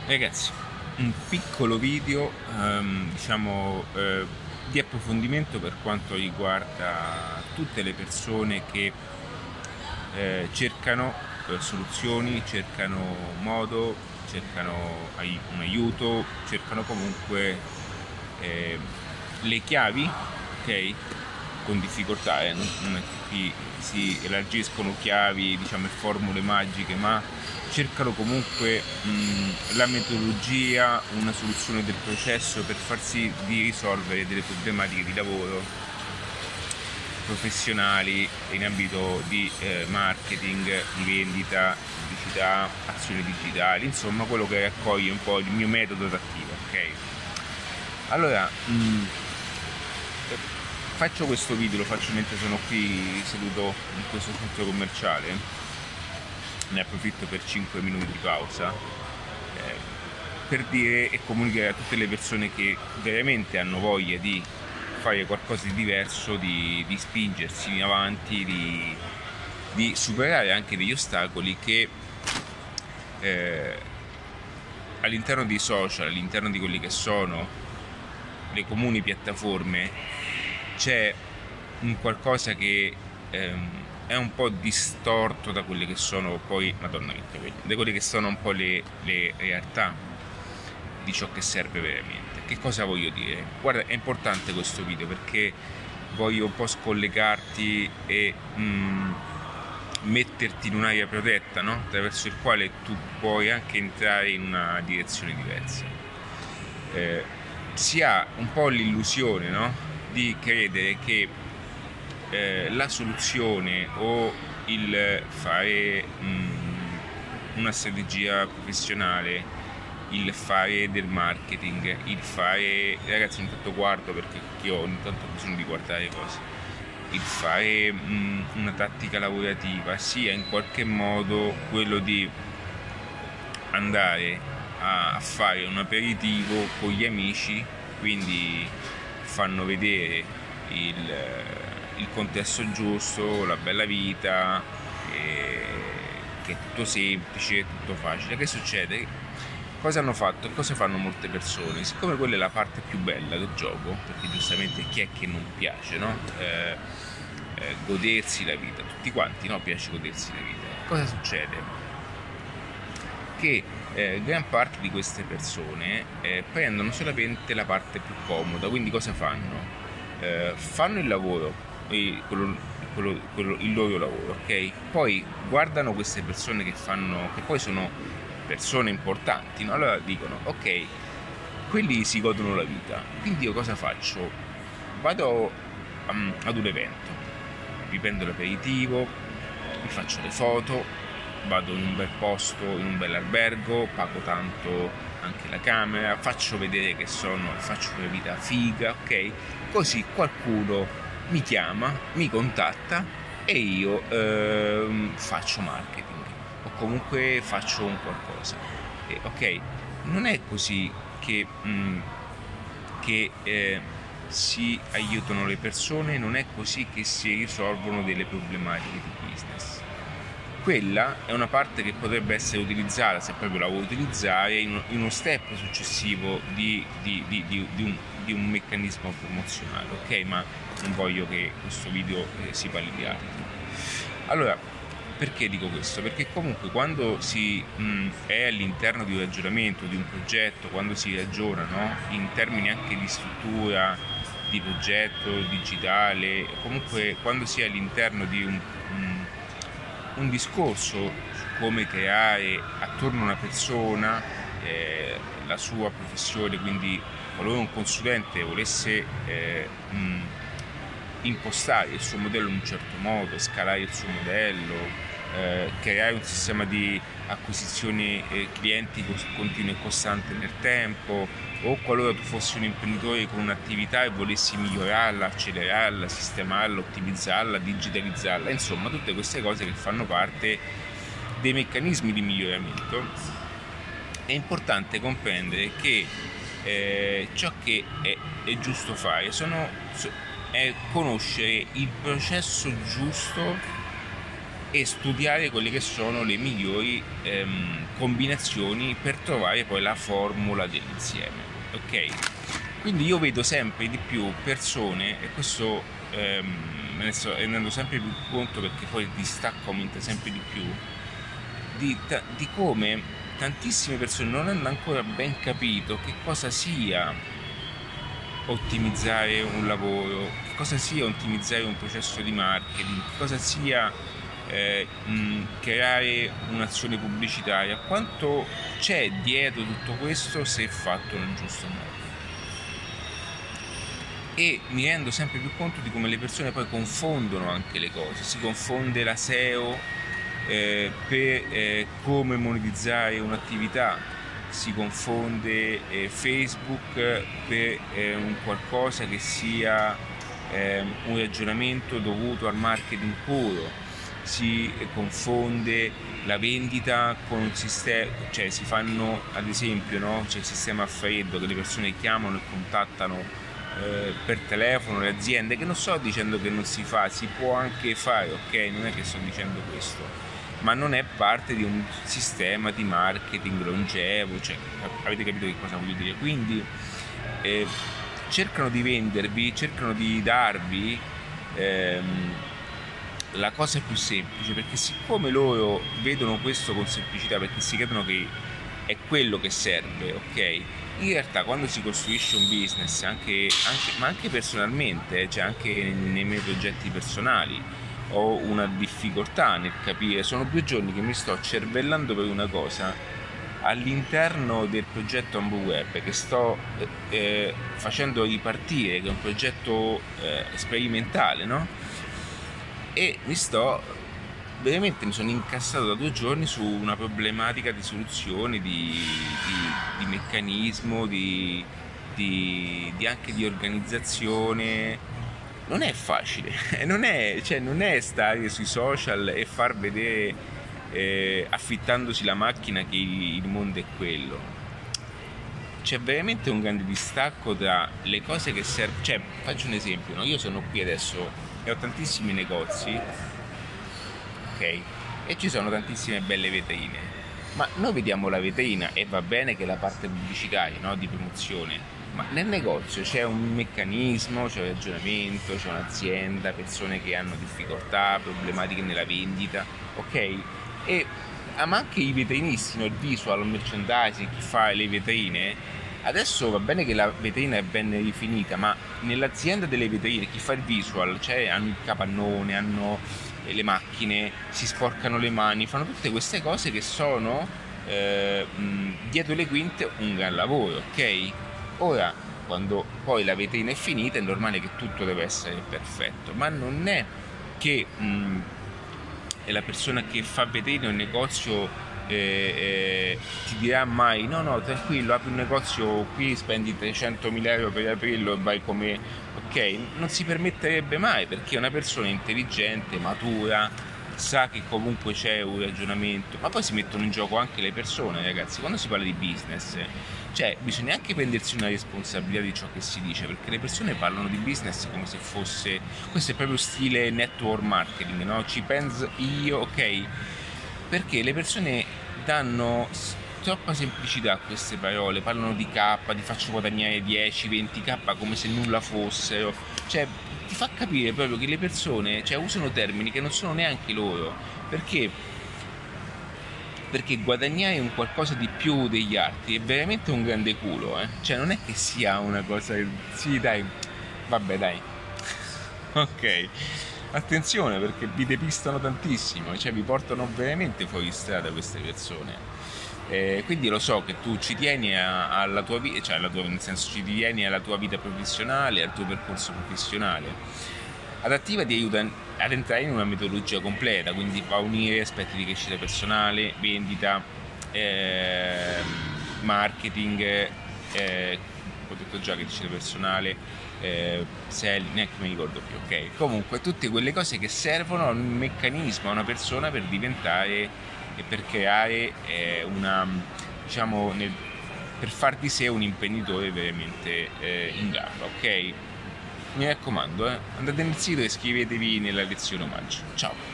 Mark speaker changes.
Speaker 1: Ragazzi, un piccolo video di approfondimento per quanto riguarda tutte le persone che cercano soluzioni, cercano modo, cercano un aiuto, cercano comunque eh, le chiavi, ok? Con difficoltà, non è che qui si elargiscono chiavi, diciamo, e formule magiche, ma cercano comunque la metodologia, una soluzione del processo per far sì di risolvere delle problematiche di lavoro professionali in ambito di marketing, di vendita, pubblicità, azioni digitali, insomma quello che raccoglie un po' il mio metodo attivo, ok? Allora, faccio questo video, lo faccio mentre sono qui seduto in questo centro commerciale, ne approfitto per 5 minuti di pausa per dire e comunicare a tutte le persone che veramente hanno voglia di fare qualcosa di diverso, di spingersi in avanti, di superare anche degli ostacoli che all'interno dei social, all'interno di quelli che sono le comuni piattaforme, c'è un qualcosa che è un po' distorto da quelle che sono poi, madonna mia, da quelle che sono un po' le realtà di ciò che serve veramente. Che cosa voglio dire? Guarda, è importante questo video perché voglio un po' scollegarti e metterti in un'area protetta, no? Attraverso il quale tu puoi anche entrare in una direzione diversa. Si ha un po' l'illusione, no? Di credere che la soluzione o il fare una strategia professionale, il fare del marketing, il fare, ragazzi, intanto guardo perché io ogni tanto ho bisogno di guardare cose, il fare una tattica lavorativa sia in qualche modo quello di andare a fare un aperitivo con gli amici, quindi fanno vedere il contesto giusto, la bella vita, che è tutto semplice, tutto facile. Che succede? Cosa hanno fatto? Cosa fanno molte persone? Siccome quella è la parte più bella del gioco, perché giustamente chi è che non piace, no? Godersi la vita, tutti quanti, no? Piace godersi la vita. Cosa succede? Che gran parte di queste persone prendono solamente la parte più comoda, quindi cosa fanno? Fanno il lavoro, il loro lavoro, ok? Poi guardano queste persone che poi sono persone importanti, no? Allora dicono, ok, quelli si godono la vita, quindi io cosa faccio? Vado ad un evento, mi prendo l'aperitivo, mi faccio le foto, vado in un bel posto, in un bel albergo, pago tanto anche la camera, faccio vedere che faccio una vita figa, ok? Così qualcuno mi chiama, mi contatta e io faccio marketing o comunque faccio un qualcosa. Ok, non è così che si aiutano le persone, non è così che si risolvono delle problematiche di business. Quella è una parte che potrebbe essere utilizzata, se proprio la vuoi utilizzare, in uno step successivo di un meccanismo promozionale, ok? Ma non voglio che questo video si parli di altro. Allora, perché dico questo? Perché comunque quando si è all'interno di un ragionamento, di un progetto, quando si ragiona, no? In termini anche di struttura, di progetto digitale, comunque quando si è all'interno di un discorso su come creare attorno a una persona la sua professione, quindi qualora un consulente volesse impostare il suo modello in un certo modo, scalare il suo modello, creare un sistema di acquisizione clienti continuo e costante nel tempo, o qualora tu fossi un imprenditore con un'attività e volessi migliorarla, accelerarla, sistemarla, ottimizzarla, digitalizzarla, insomma tutte queste cose che fanno parte dei meccanismi di miglioramento. È importante comprendere che ciò che è giusto fare è conoscere il processo giusto e studiare quelle che sono le migliori combinazioni per trovare poi la formula dell'insieme, ok? Quindi io vedo sempre di più persone, e questo me ne sto rendendo sempre più conto, perché poi il distacco aumenta sempre di più, di come tantissime persone non hanno ancora ben capito che cosa sia ottimizzare un lavoro, che cosa sia ottimizzare un processo di marketing, che cosa sia creare un'azione pubblicitaria, quanto c'è dietro tutto questo se fatto nel giusto modo. E mi rendo sempre più conto di come le persone poi confondono anche le cose. Si confonde la SEO per come monetizzare un'attività, si confonde Facebook per un qualcosa che sia un ragionamento dovuto al marketing puro, si confonde la vendita con un sistema, cioè si fanno, ad esempio, no? C'è il sistema a freddo, che le persone chiamano e contattano per telefono le aziende, che non sto dicendo che non si fa, si può anche fare, ok? Non è che sto dicendo questo, ma non è parte di un sistema di marketing longevo, cioè, avete capito che cosa voglio dire? Quindi cercano di vendervi, cercano di darvi la cosa più semplice, perché siccome loro vedono questo con semplicità, perché si credono che è quello che serve, ok? In realtà quando si costruisce un business, ma anche personalmente, cioè anche nei miei progetti personali, ho una difficoltà nel capire, sono 2 giorni che mi sto cervellando per una cosa all'interno del progetto Ambu-Web che sto facendo ripartire, che è un progetto sperimentale, no? E mi sono incassato da 2 giorni su una problematica di soluzione, di meccanismo, anche di organizzazione. Non è facile, non è stare sui social e far vedere affittandosi la macchina che il mondo è quello. C'è veramente un grande distacco tra le cose che servono. Cioè, faccio un esempio, no? Io sono qui adesso e ho tantissimi negozi, ok? E ci sono tantissime belle vetrine, ma noi vediamo la vetrina e va bene che è la parte pubblicitaria, no? Di promozione, ma nel negozio c'è un meccanismo, c'è un ragionamento, c'è un'azienda, persone che hanno difficoltà, problematiche nella vendita, ok? Ma anche i vetrinisti, no? Il visual, il merchandising, chi fa le vetrine, adesso va bene che la vetrina è ben rifinita, ma nell'azienda delle vetrine chi fa il visual, cioè hanno il capannone, hanno le macchine, si sporcano le mani, fanno tutte queste cose che sono dietro le quinte un gran lavoro, ok? Ora, quando poi la vetrina è finita, è normale che tutto deve essere perfetto, ma non è che è la persona che fa vetrine un negozio ti dirà mai no tranquillo, apri un negozio qui, spendi 300.000 euro per aprirlo e vai come, ok? Non si permetterebbe mai, perché è una persona intelligente, matura, sa che comunque c'è un ragionamento. Ma poi si mettono in gioco anche le persone, ragazzi, quando si parla di business, cioè bisogna anche prendersi una responsabilità di ciò che si dice, perché le persone parlano di business come se fosse, questo è proprio stile network marketing, no? Ci penso io, ok? Perché le persone danno troppa semplicità a queste parole, parlano di K, di faccio guadagnare 10-20k come se nulla fossero, cioè ti fa capire proprio che le persone, cioè, usano termini che non sono neanche loro, perché guadagnare un qualcosa di più degli altri è veramente un grande culo, cioè non è che sia una cosa che... sì dai, vabbè dai, ok, attenzione, perché vi depistano tantissimo, cioè vi portano veramente fuori strada queste persone. Quindi lo so che tu ci tieni alla tua vita, cioè nel senso ci tieni alla tua vita professionale, al tuo percorso professionale. Adattiva ti aiuta ad entrare in una metodologia completa, quindi va a unire aspetti di crescita personale, vendita, marketing, ho detto già che crescita personale, neanche mi ricordo più, ok? Comunque tutte quelle cose che servono a un meccanismo, a una persona per diventare e per creare per far di sé un imprenditore veramente in gamba, ok? Mi raccomando, andate nel sito e iscrivetevi nella lezione omaggio. Ciao!